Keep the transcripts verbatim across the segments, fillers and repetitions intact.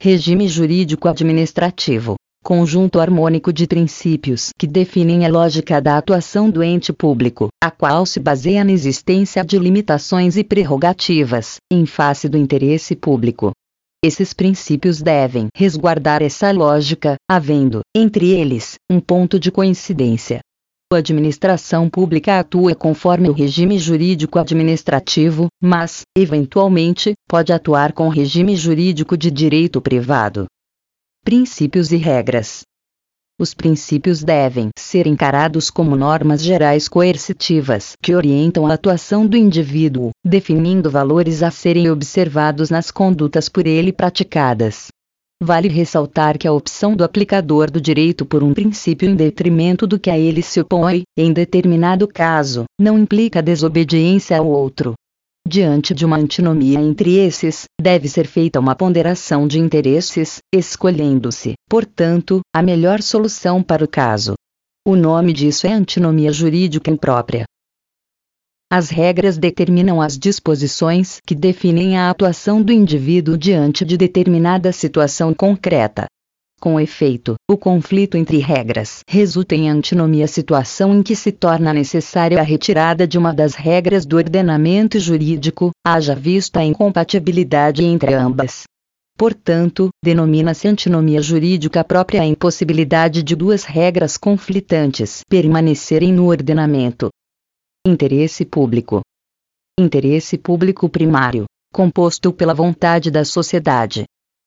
Regime jurídico administrativo. Conjunto harmônico de princípios que definem a lógica da atuação do ente público, a qual se baseia na existência de limitações e prerrogativas, em face do interesse público. Esses princípios devem resguardar essa lógica, havendo, entre eles, um ponto de coincidência. A administração pública atua conforme o regime jurídico administrativo, mas, eventualmente, pode atuar com regime jurídico de direito privado. Princípios e regras. Os princípios devem ser encarados como normas gerais coercitivas que orientam a atuação do indivíduo, definindo valores a serem observados nas condutas por ele praticadas. Vale ressaltar que a opção do aplicador do direito por um princípio em detrimento do que a ele se opõe, em determinado caso, não implica desobediência ao outro. Diante de uma antinomia entre esses, deve ser feita uma ponderação de interesses, escolhendo-se, portanto, a melhor solução para o caso. O nome disso é antinomia jurídica imprópria. As regras determinam as disposições que definem a atuação do indivíduo diante de determinada situação concreta. Com efeito, o conflito entre regras resulta em antinomia, situação em que se torna necessária a retirada de uma das regras do ordenamento jurídico, haja vista a incompatibilidade entre ambas. Portanto, denomina-se antinomia jurídica própria a impossibilidade de duas regras conflitantes permanecerem no ordenamento. Interesse público. Interesse público primário, composto pela vontade da sociedade.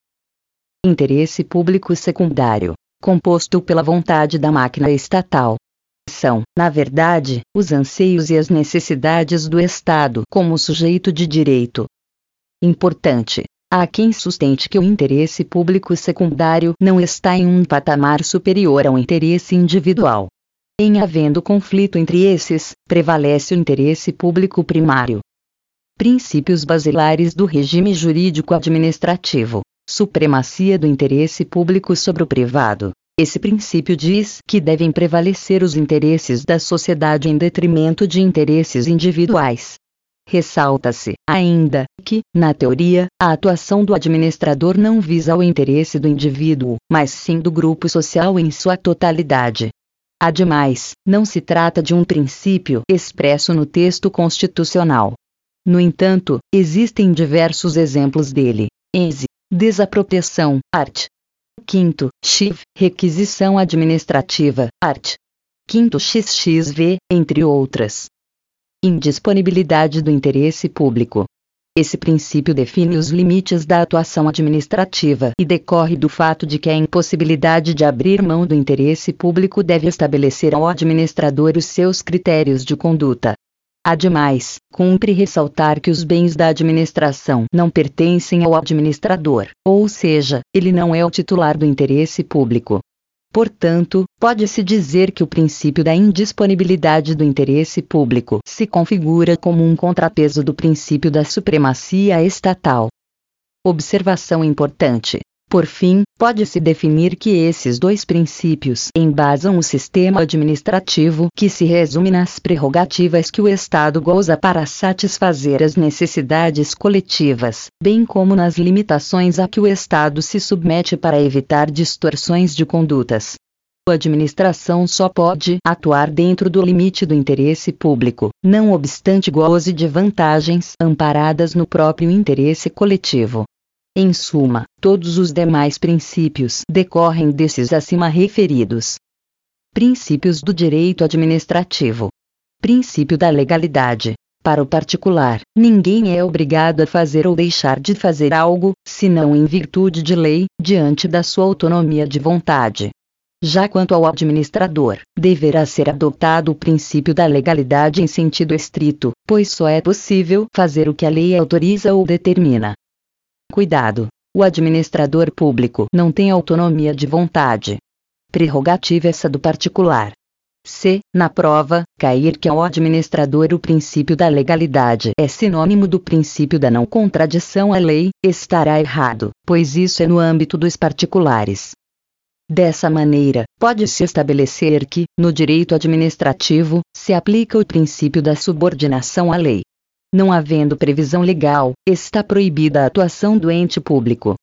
Interesse público secundário, composto pela vontade da máquina estatal. São, na verdade, os anseios e as necessidades do Estado como sujeito de direito. Importante: há quem sustente que o interesse público secundário não está em um patamar superior ao interesse individual. Em havendo conflito entre esses, prevalece o interesse público primário. Princípios basilares do regime jurídico administrativo. Supremacia do interesse público sobre o privado. Esse princípio diz que devem prevalecer os interesses da sociedade em detrimento de interesses individuais. Ressalta-se, ainda, que, na teoria, a atuação do administrador não visa o interesse do indivíduo, mas sim do grupo social em sua totalidade. Ademais, não se trata de um princípio expresso no texto constitucional. No entanto, existem diversos exemplos dele. Ense. Desapropriação, art. Quinto, X, requisição administrativa, art. Quinto X X V, entre outras. Indisponibilidade do interesse público. Esse princípio define os limites da atuação administrativa e decorre do fato de que a impossibilidade de abrir mão do interesse público deve estabelecer ao administrador os seus critérios de conduta. Ademais, cumpre ressaltar que os bens da administração não pertencem ao administrador, ou seja, ele não é o titular do interesse público. Portanto, pode-se dizer que o princípio da indisponibilidade do interesse público se configura como um contrapeso do princípio da supremacia estatal. Observação importante. Por fim, pode-se definir que esses dois princípios embasam o sistema administrativo que se resume nas prerrogativas que o Estado goza para satisfazer as necessidades coletivas, bem como nas limitações a que o Estado se submete para evitar distorções de condutas. A administração só pode atuar dentro do limite do interesse público, não obstante goze de vantagens amparadas no próprio interesse coletivo. Em suma, todos os demais princípios decorrem desses acima referidos. Princípios do direito administrativo. Princípio da legalidade. Para o particular, ninguém é obrigado a fazer ou deixar de fazer algo, senão em virtude de lei, diante da sua autonomia de vontade. Já quanto ao administrador, deverá ser adotado o princípio da legalidade em sentido estrito, pois só é possível fazer o que a lei autoriza ou determina. Cuidado! O administrador público não tem autonomia de vontade. Prerrogativa essa do particular. Se, na prova, cair que ao administrador o princípio da legalidade é sinônimo do princípio da não contradição à lei, estará errado, pois isso é no âmbito dos particulares. Dessa maneira, pode-se estabelecer que, no direito administrativo, se aplica o princípio da subordinação à lei. Não havendo previsão legal, está proibida a atuação do ente público.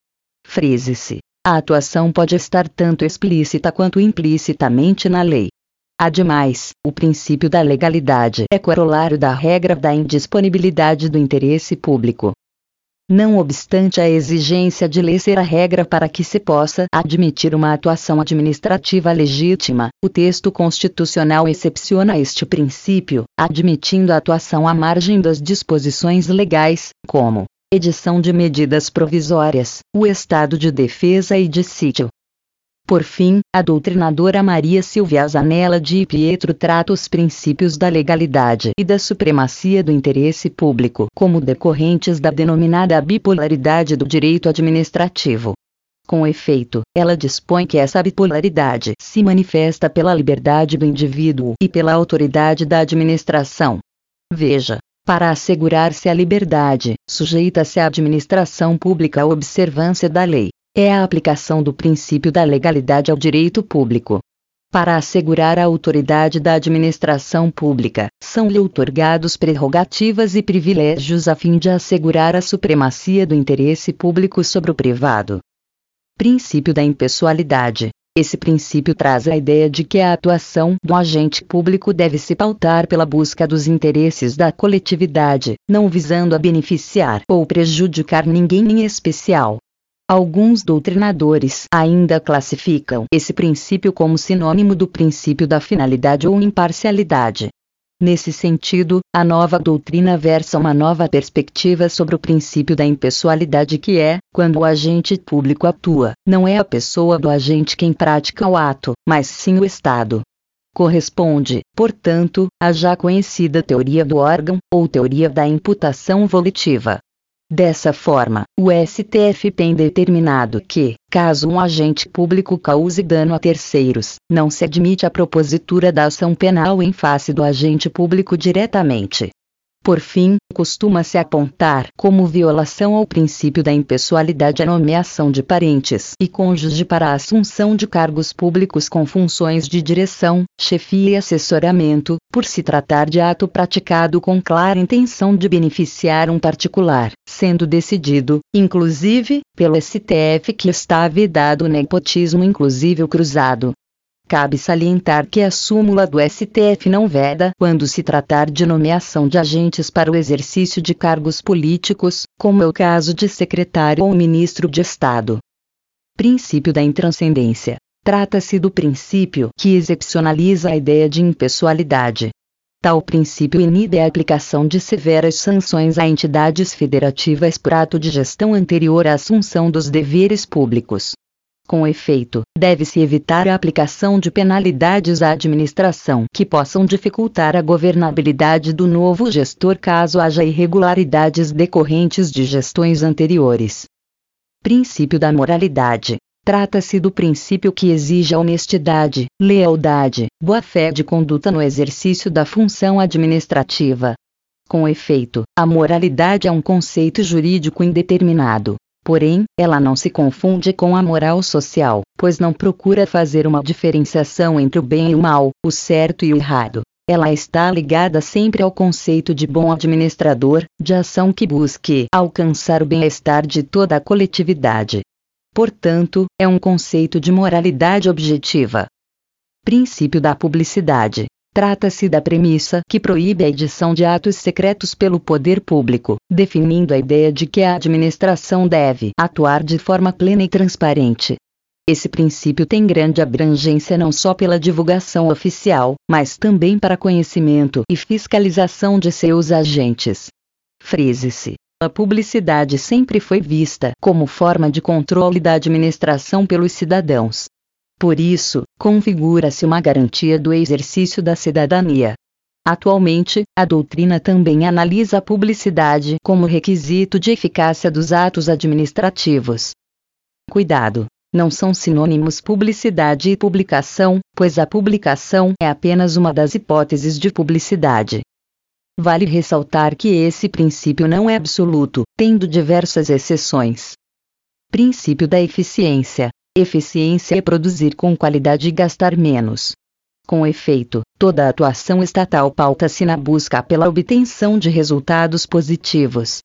Frise-se: a atuação pode estar tanto explícita quanto implicitamente na lei. Ademais, o princípio da legalidade é corolário da regra da indisponibilidade do interesse público. Não obstante a exigência de lei ser a regra para que se possa admitir uma atuação administrativa legítima, o texto constitucional excepciona este princípio, admitindo a atuação à margem das disposições legais, como edição de medidas provisórias, o estado de defesa e de sítio. Por fim, a doutrinadora Maria Silvia Zanella de Pietro trata os princípios da legalidade e da supremacia do interesse público como decorrentes da denominada bipolaridade do direito administrativo. Com efeito, ela dispõe que essa bipolaridade se manifesta pela liberdade do indivíduo e pela autoridade da administração. Veja: para assegurar-se a liberdade, sujeita-se a administração pública à observância da lei. É a aplicação do princípio da legalidade ao direito público. Para assegurar a autoridade da administração pública, são-lhe outorgados prerrogativas e privilégios a fim de assegurar a supremacia do interesse público sobre o privado. Princípio da impessoalidade. Esse princípio traz a ideia de que a atuação do agente público deve se pautar pela busca dos interesses da coletividade, não visando a beneficiar ou prejudicar ninguém em especial. Alguns doutrinadores ainda classificam esse princípio como sinônimo do princípio da finalidade ou imparcialidade. Nesse sentido, a nova doutrina versa uma nova perspectiva sobre o princípio da impessoalidade, que é, quando o agente público atua, não é a pessoa do agente quem pratica o ato, mas sim o Estado. Corresponde, portanto, à já conhecida teoria do órgão, ou teoria da imputação volitiva. Dessa forma, o S T F tem determinado que, caso um agente público cause dano a terceiros, não se admite a propositura da ação penal em face do agente público diretamente. Por fim, costuma-se apontar como violação ao princípio da impessoalidade a nomeação de parentes e cônjuge para a assunção de cargos públicos com funções de direção, chefia e assessoramento, por se tratar de ato praticado com clara intenção de beneficiar um particular, sendo decidido, inclusive, pelo S T F que está vedado o nepotismo inclusive o cruzado. Cabe salientar que a súmula do S T F não veda quando se tratar de nomeação de agentes para o exercício de cargos políticos, como é o caso de secretário ou ministro de Estado. Princípio da intranscendência. Trata-se do princípio que excepcionaliza a ideia de impessoalidade. Tal princípio inibe a aplicação de severas sanções a entidades federativas por ato de gestão anterior à assunção dos deveres públicos. Com efeito, deve-se evitar a aplicação de penalidades à administração que possam dificultar a governabilidade do novo gestor caso haja irregularidades decorrentes de gestões anteriores. Princípio da moralidade. Trata-se do princípio que exige a honestidade, lealdade, boa-fé de conduta no exercício da função administrativa. Com efeito, a moralidade é um conceito jurídico indeterminado. Porém, ela não se confunde com a moral social, pois não procura fazer uma diferenciação entre o bem e o mal, o certo e o errado. Ela está ligada sempre ao conceito de bom administrador, de ação que busque alcançar o bem-estar de toda a coletividade. Portanto, é um conceito de moralidade objetiva. Princípio da publicidade. Trata-se da premissa que proíbe a edição de atos secretos pelo poder público, definindo a ideia de que a administração deve atuar de forma plena e transparente. Esse princípio tem grande abrangência não só pela divulgação oficial, mas também para conhecimento e fiscalização de seus agentes. Frise-se: a publicidade sempre foi vista como forma de controle da administração pelos cidadãos. Por isso, configura-se uma garantia do exercício da cidadania. Atualmente, a doutrina também analisa a publicidade como requisito de eficácia dos atos administrativos. Cuidado! Não são sinônimos publicidade e publicação, pois a publicação é apenas uma das hipóteses de publicidade. Vale ressaltar que esse princípio não é absoluto, tendo diversas exceções. Princípio da eficiência. Eficiência é produzir com qualidade e gastar menos. Com efeito, toda atuação estatal pauta-se na busca pela obtenção de resultados positivos.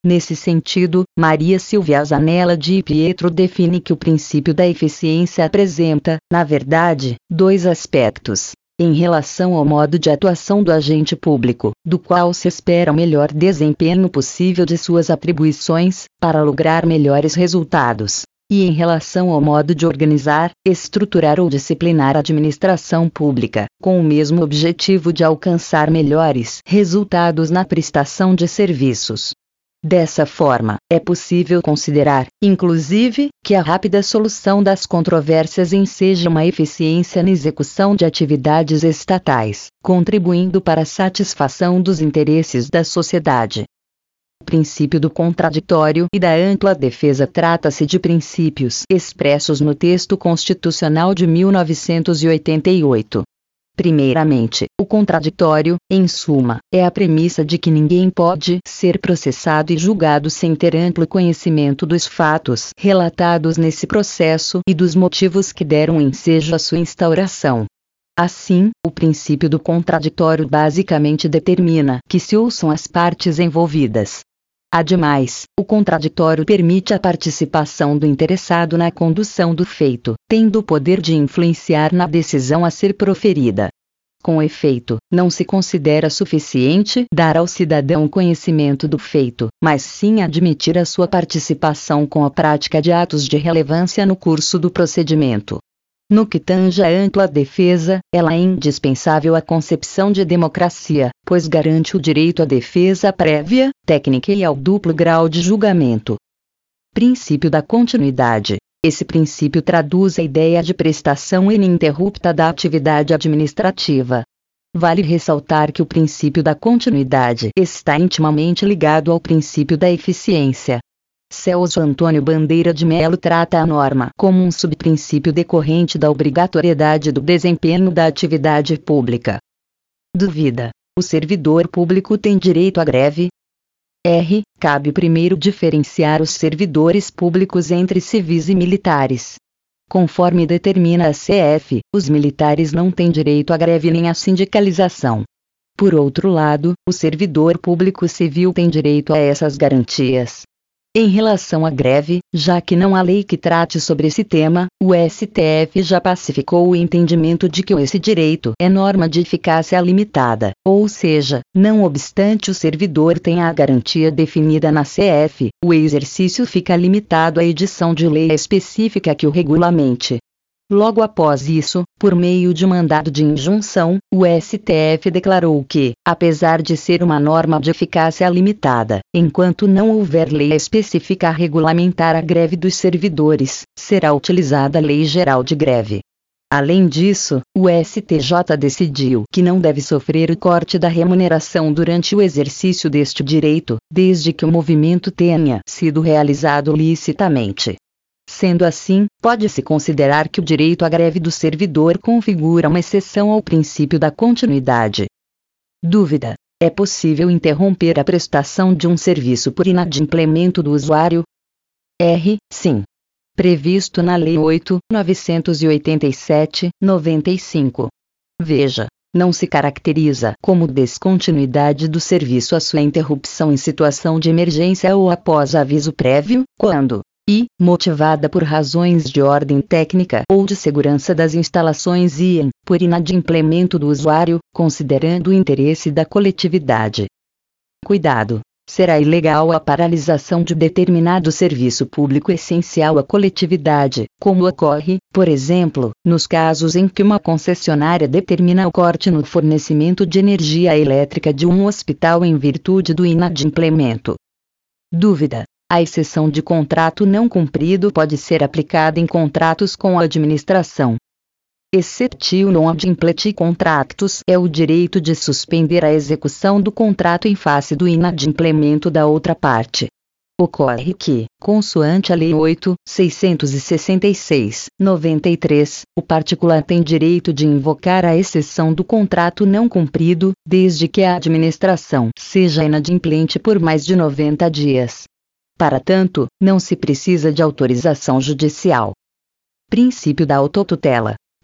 Nesse sentido, Maria Silvia Zanella Di Pietro define que o princípio da eficiência apresenta, na verdade, dois aspectos. Em relação ao modo de atuação do agente público, do qual se espera o melhor desempenho possível de suas atribuições, para lograr melhores resultados. E em relação ao modo de organizar, estruturar ou disciplinar a administração pública, com o mesmo objetivo de alcançar melhores resultados na prestação de serviços. Dessa forma, é possível considerar, inclusive, que a rápida solução das controvérsias enseja uma eficiência na execução de atividades estatais, contribuindo para a satisfação dos interesses da sociedade. O princípio do contraditório e da ampla defesa trata-se de princípios expressos no texto constitucional de mil novecentos e oitenta e oito. Primeiramente, o contraditório, em suma, é a premissa de que ninguém pode ser processado e julgado sem ter amplo conhecimento dos fatos relatados nesse processo e dos motivos que deram ensejo à sua instauração. Assim, o princípio do contraditório basicamente determina que se ouçam as partes envolvidas. Ademais, o contraditório permite a participação do interessado na condução do feito, tendo o poder de influenciar na decisão a ser proferida. Com efeito, não se considera suficiente dar ao cidadão conhecimento do feito, mas sim admitir a sua participação com a prática de atos de relevância no curso do procedimento. No que tange à ampla defesa, ela é indispensável à concepção de democracia, pois garante o direito à defesa prévia, técnica e ao duplo grau de julgamento. Princípio da continuidade. Esse princípio traduz a ideia de prestação ininterrupta da atividade administrativa. Vale ressaltar que o princípio da continuidade está intimamente ligado ao princípio da eficiência. Celso Antônio Bandeira de Melo trata a norma como um subprincípio decorrente da obrigatoriedade do desempenho da atividade pública. Dúvida: o servidor público tem direito à greve? R. Cabe primeiro diferenciar os servidores públicos entre civis e militares. Conforme determina a C F, os militares não têm direito à greve nem à sindicalização. Por outro lado, o servidor público civil tem direito a essas garantias. Em relação à greve, já que não há lei que trate sobre esse tema, o S T F já pacificou o entendimento de que esse direito é norma de eficácia limitada, ou seja, não obstante o servidor tenha a garantia definida na C F, o exercício fica limitado à edição de lei específica que o regulamente. Logo após isso, por meio de mandado de injunção, o S T F declarou que, apesar de ser uma norma de eficácia limitada, enquanto não houver lei específica a regulamentar a greve dos servidores, será utilizada a Lei Geral de Greve. Além disso, o S T J decidiu que não deve sofrer o corte da remuneração durante o exercício deste direito, desde que o movimento tenha sido realizado licitamente. Sendo assim, pode-se considerar que o direito à greve do servidor configura uma exceção ao princípio da continuidade. Dúvida: é possível interromper a prestação de um serviço por inadimplemento do usuário? R. Sim. Previsto na Lei oito mil novecentos e oitenta e sete, noventa e cinco. Veja: não se caracteriza como descontinuidade do serviço a sua interrupção em situação de emergência ou após aviso prévio, quando e, motivada por razões de ordem técnica ou de segurança das instalações e, por inadimplemento do usuário, considerando o interesse da coletividade. Cuidado! Será ilegal a paralisação de determinado serviço público essencial à coletividade, como ocorre, por exemplo, nos casos em que uma concessionária determina o corte no fornecimento de energia elétrica de um hospital em virtude do inadimplemento. Dúvida: a exceção de contrato não cumprido pode ser aplicada em contratos com a administração. Exceptio non adimpleti contractus é o direito de suspender a execução do contrato em face do inadimplemento da outra parte. Ocorre que, consoante a Lei oito mil seiscentos e sessenta e seis, noventa e três, o particular tem direito de invocar a exceção do contrato não cumprido, desde que a administração seja inadimplente por mais de noventa dias. Para tanto, não se precisa de autorização judicial. Princípio da autotutela.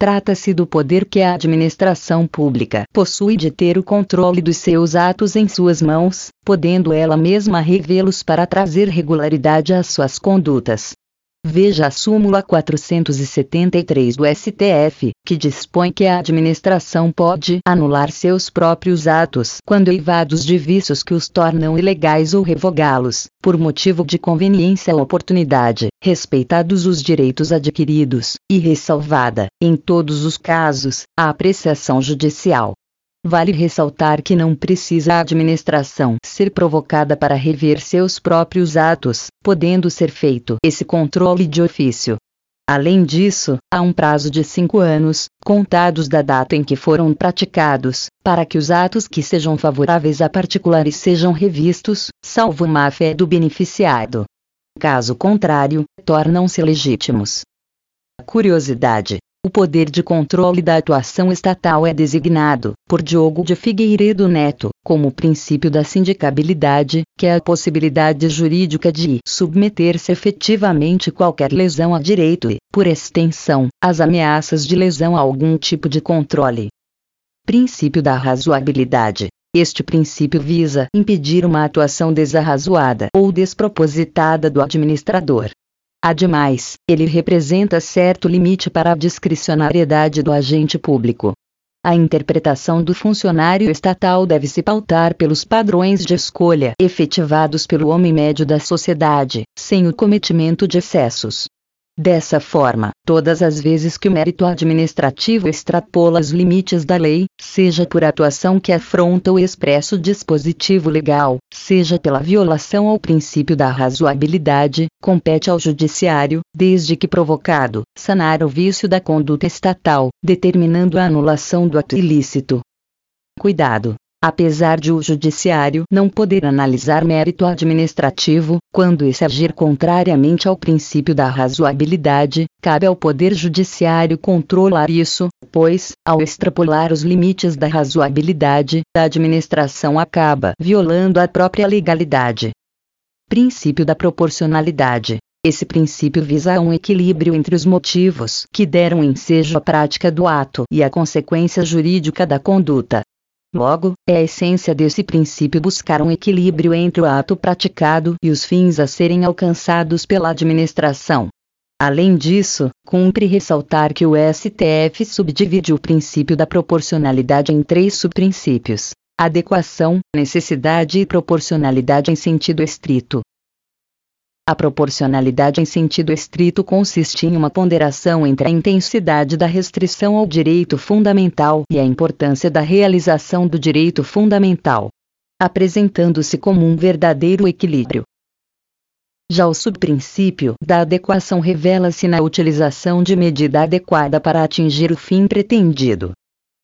Trata-se do poder que a administração pública possui de ter o controle dos seus atos em suas mãos, podendo ela mesma revê-los para trazer regularidade às suas condutas. Veja a súmula quatrocentos e setenta e três do S T F, que dispõe que a administração pode anular seus próprios atos quando eivados de vícios que os tornam ilegais ou revogá-los, por motivo de conveniência ou oportunidade, respeitados os direitos adquiridos, e ressalvada, em todos os casos, a apreciação judicial. Vale ressaltar que não precisa a administração ser provocada para rever seus próprios atos, podendo ser feito esse controle de ofício. Além disso, há um prazo de cinco anos, contados da data em que foram praticados, para que os atos que sejam favoráveis a particulares sejam revistos, salvo má-fé do beneficiado. Caso contrário, tornam-se legítimos. Curiosidade. O poder de controle da atuação estatal é designado, por Diogo de Figueiredo Neto, como princípio da sindicabilidade, que é a possibilidade jurídica de submeter-se efetivamente qualquer lesão a direito e, por extensão, as ameaças de lesão a algum tipo de controle. Princípio da razoabilidade. Este princípio visa impedir uma atuação desarrazoada ou despropositada do administrador. Ademais, ele representa certo limite para a discricionariedade do agente público. A interpretação do funcionário estatal deve se pautar pelos padrões de escolha efetivados pelo homem médio da sociedade, sem o cometimento de excessos. Dessa forma, todas as vezes que o mérito administrativo extrapola os limites da lei, seja por atuação que afronta o expresso dispositivo legal, seja pela violação ao princípio da razoabilidade, compete ao judiciário, desde que provocado, sanar o vício da conduta estatal, determinando a anulação do ato ilícito. Cuidado! Apesar de o judiciário não poder analisar mérito administrativo, quando esse agir contrariamente ao princípio da razoabilidade, cabe ao Poder Judiciário controlar isso, pois, ao extrapolar os limites da razoabilidade, a administração acaba violando a própria legalidade. Princípio da proporcionalidade. Esse princípio visa um equilíbrio entre os motivos que deram ensejo à prática do ato e a consequência jurídica da conduta. Logo, é a essência desse princípio buscar um equilíbrio entre o ato praticado e os fins a serem alcançados pela administração. Além disso, cumpre ressaltar que o S T F subdivide o princípio da proporcionalidade em três subprincípios: adequação, necessidade e proporcionalidade em sentido estrito. A proporcionalidade em sentido estrito consiste em uma ponderação entre a intensidade da restrição ao direito fundamental e a importância da realização do direito fundamental, apresentando-se como um verdadeiro equilíbrio. Já o subprincípio da adequação revela-se na utilização de medida adequada para atingir o fim pretendido.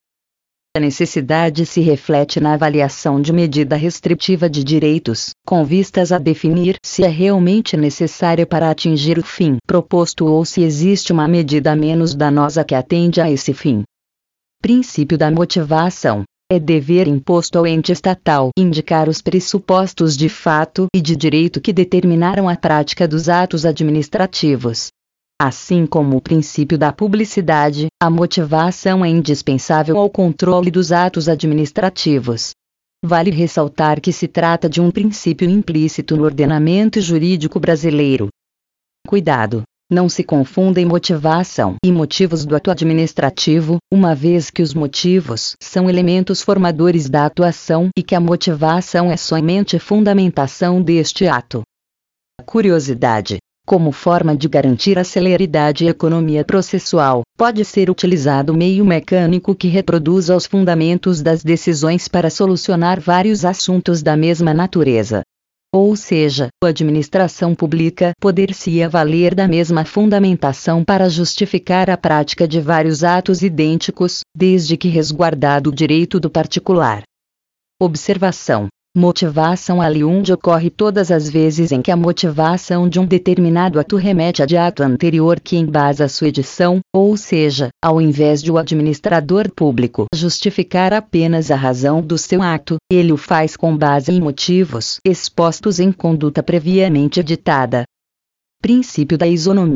A necessidade se reflete na avaliação de medida restritiva de direitos, com vistas a definir se é realmente necessária para atingir o fim proposto ou se existe uma medida menos danosa que atende a esse fim. Princípio da motivação. É dever imposto ao ente estatal indicar os pressupostos de fato e de direito que determinaram a prática dos atos administrativos. Assim como o princípio da publicidade, a motivação é indispensável ao controle dos atos administrativos. Vale ressaltar que se trata de um princípio implícito no ordenamento jurídico brasileiro. Cuidado! Não se confundem motivação e motivos do ato administrativo, uma vez que os motivos são elementos formadores da atuação e que a motivação é somente fundamentação deste ato. Curiosidade. Como forma de garantir a celeridade e economia processual, pode ser utilizado meio mecânico que reproduza os fundamentos das decisões para solucionar vários assuntos da mesma natureza. Ou seja, a administração pública poder-se-ia valer da mesma fundamentação para justificar a prática de vários atos idênticos, desde que resguardado o direito do particular. Observação. Motivação ali onde ocorre todas as vezes em que a motivação de um determinado ato remete a de ato anterior que embasa sua edição, ou seja, ao invés de o administrador público justificar apenas a razão do seu ato, ele o faz com base em motivos expostos em conduta previamente editada. Princípio da isonomia.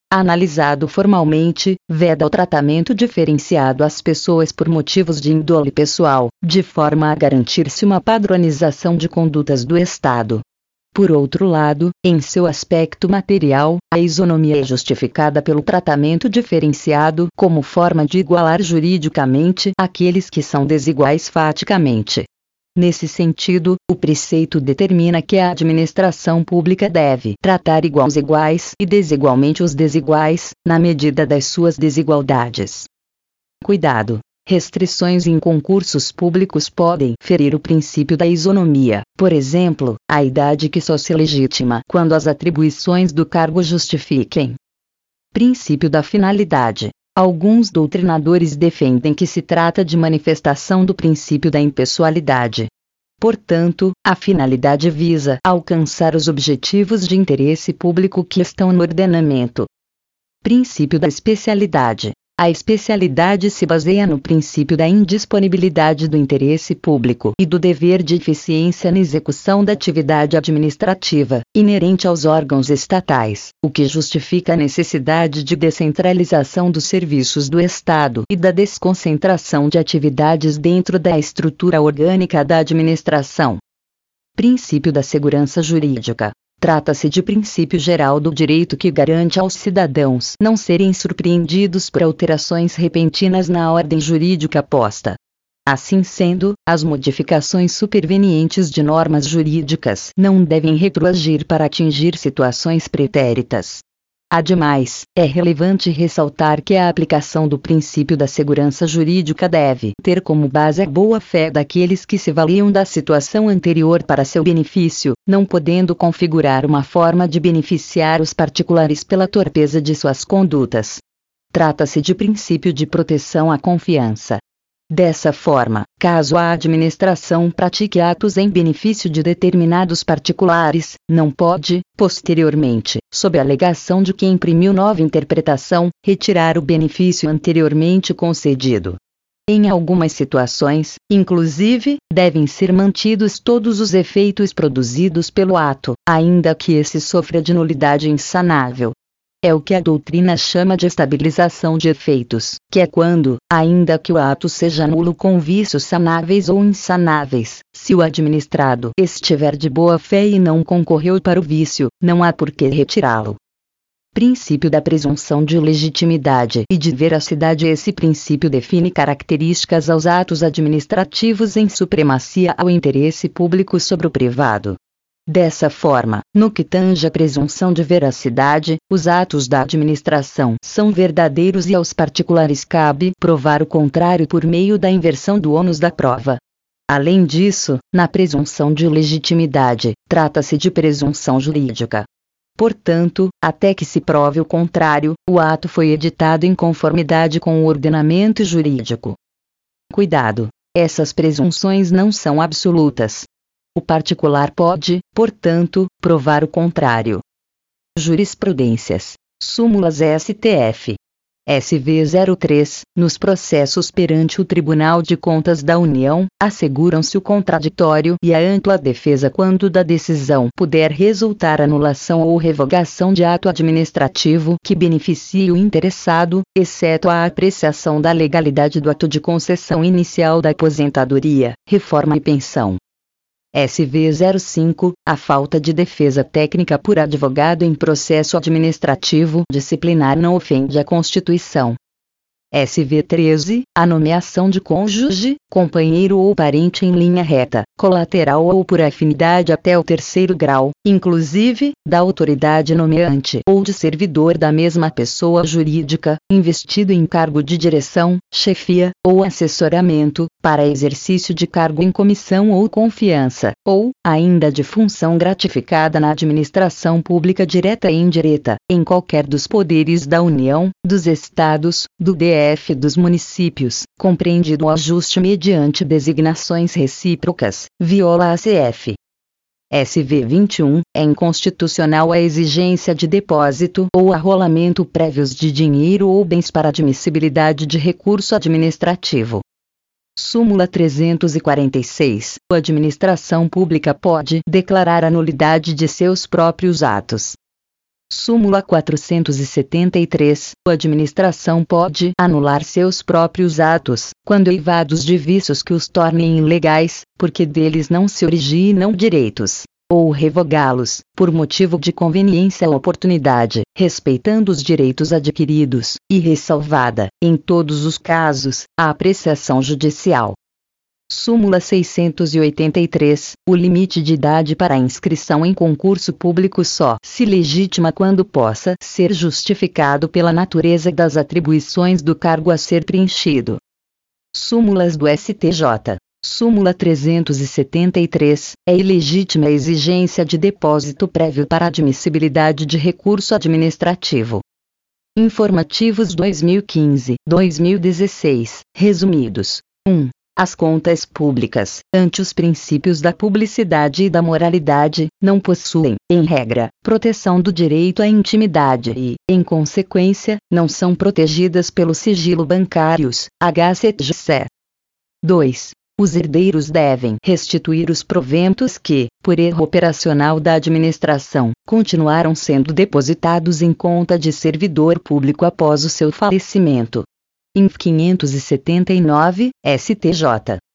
Analisado formalmente, veda o tratamento diferenciado às pessoas por motivos de índole pessoal, de forma a garantir-se uma padronização de condutas do Estado. Por outro lado, em seu aspecto material, a isonomia é justificada pelo tratamento diferenciado como forma de igualar juridicamente aqueles que são desiguais faticamente. Nesse sentido, o preceito determina que a administração pública deve tratar iguais iguais e desigualmente os desiguais, na medida das suas desigualdades. Cuidado! Restrições em concursos públicos podem ferir o princípio da isonomia, por exemplo, a idade que só se legitima quando as atribuições do cargo justifiquem. Princípio da finalidade. Alguns doutrinadores defendem que se trata de manifestação do princípio da impessoalidade. Portanto, a finalidade visa alcançar os objetivos de interesse público que estão no ordenamento. Princípio da especialidade. A especialidade se baseia no princípio da indisponibilidade do interesse público e do dever de eficiência na execução da atividade administrativa, inerente aos órgãos estatais, o que justifica a necessidade de descentralização dos serviços do Estado e da desconcentração de atividades dentro da estrutura orgânica da administração. Princípio da segurança jurídica. Trata-se de princípio geral do direito que garante aos cidadãos não serem surpreendidos por alterações repentinas na ordem jurídica posta. Assim sendo, as modificações supervenientes de normas jurídicas não devem retroagir para atingir situações pretéritas. Ademais, é relevante ressaltar que a aplicação do princípio da segurança jurídica deve ter como base a boa-fé daqueles que se valiam da situação anterior para seu benefício, não podendo configurar uma forma de beneficiar os particulares pela torpeza de suas condutas. Trata-se de princípio de proteção à confiança. Dessa forma, caso a administração pratique atos em benefício de determinados particulares, não pode, posteriormente, sob a alegação de que imprimiu nova interpretação, retirar o benefício anteriormente concedido. Em algumas situações, inclusive, devem ser mantidos todos os efeitos produzidos pelo ato, ainda que esse sofra de nulidade insanável. É o que a doutrina chama de estabilização de efeitos, que é quando, ainda que o ato seja nulo com vícios sanáveis ou insanáveis, se o administrado estiver de boa fé e não concorreu para o vício, não há por que retirá-lo. Princípio da presunção de legitimidade e de veracidade. Esse princípio define características aos atos administrativos em supremacia ao interesse público sobre o privado. Dessa forma, no que tange à presunção de veracidade, os atos da administração são verdadeiros e aos particulares cabe provar o contrário por meio da inversão do ônus da prova. Além disso, na presunção de legitimidade, trata-se de presunção jurídica. Portanto, até que se prove o contrário, o ato foi editado em conformidade com o ordenamento jurídico. Cuidado! Essas presunções não são absolutas. O particular pode, portanto, provar o contrário. Jurisprudências. Súmulas S T F. S V zero três, nos processos perante o Tribunal de Contas da União, asseguram-se o contraditório e a ampla defesa quando da decisão puder resultar anulação ou revogação de ato administrativo que beneficie o interessado, exceto a apreciação da legalidade do ato de concessão inicial da aposentadoria, reforma e pensão. S V zero cinco, a falta de defesa técnica por advogado em processo administrativo disciplinar não ofende a Constituição. S V treze, a nomeação de cônjuge, companheiro ou parente em linha reta, colateral ou por afinidade até o terceiro grau, inclusive, da autoridade nomeante ou de servidor da mesma pessoa jurídica, investido em cargo de direção, chefia, ou assessoramento, para exercício de cargo em comissão ou confiança, ou, ainda de função gratificada na administração pública direta e indireta, em qualquer dos poderes da União, dos Estados, do D F e dos municípios, compreendido o ajuste mediante designações recíprocas, viola a C F. S V vinte e um, é inconstitucional a exigência de depósito ou arrolamento prévios de dinheiro ou bens para admissibilidade de recurso administrativo. Súmula trezentos e quarenta e seis. A administração pública pode declarar a nulidade de seus próprios atos. Súmula quatrocentos e setenta e três. A administração pode anular seus próprios atos, quando eivados de vícios que os tornem ilegais, porque deles não se originam direitos, ou revogá-los, por motivo de conveniência ou oportunidade, respeitando os direitos adquiridos, e ressalvada, em todos os casos, a apreciação judicial. Súmula seiscentos e oitenta e três. O limite de idade para a inscrição em concurso público só se legitima quando possa ser justificado pela natureza das atribuições do cargo a ser preenchido. Súmulas do S T J. Súmula trezentos e setenta e três. É ilegítima a exigência de depósito prévio para admissibilidade de recurso administrativo. Informativos dois mil e quinze, dois mil e dezesseis, resumidos. um. As contas públicas, ante os princípios da publicidade e da moralidade, não possuem, em regra, proteção do direito à intimidade e, em consequência, não são protegidas pelo sigilo bancários, H C G C. dois. Os herdeiros devem restituir os proventos que, por erro operacional da administração, continuaram sendo depositados em conta de servidor público após o seu falecimento. Inf quinhentos e setenta e nove, S T J.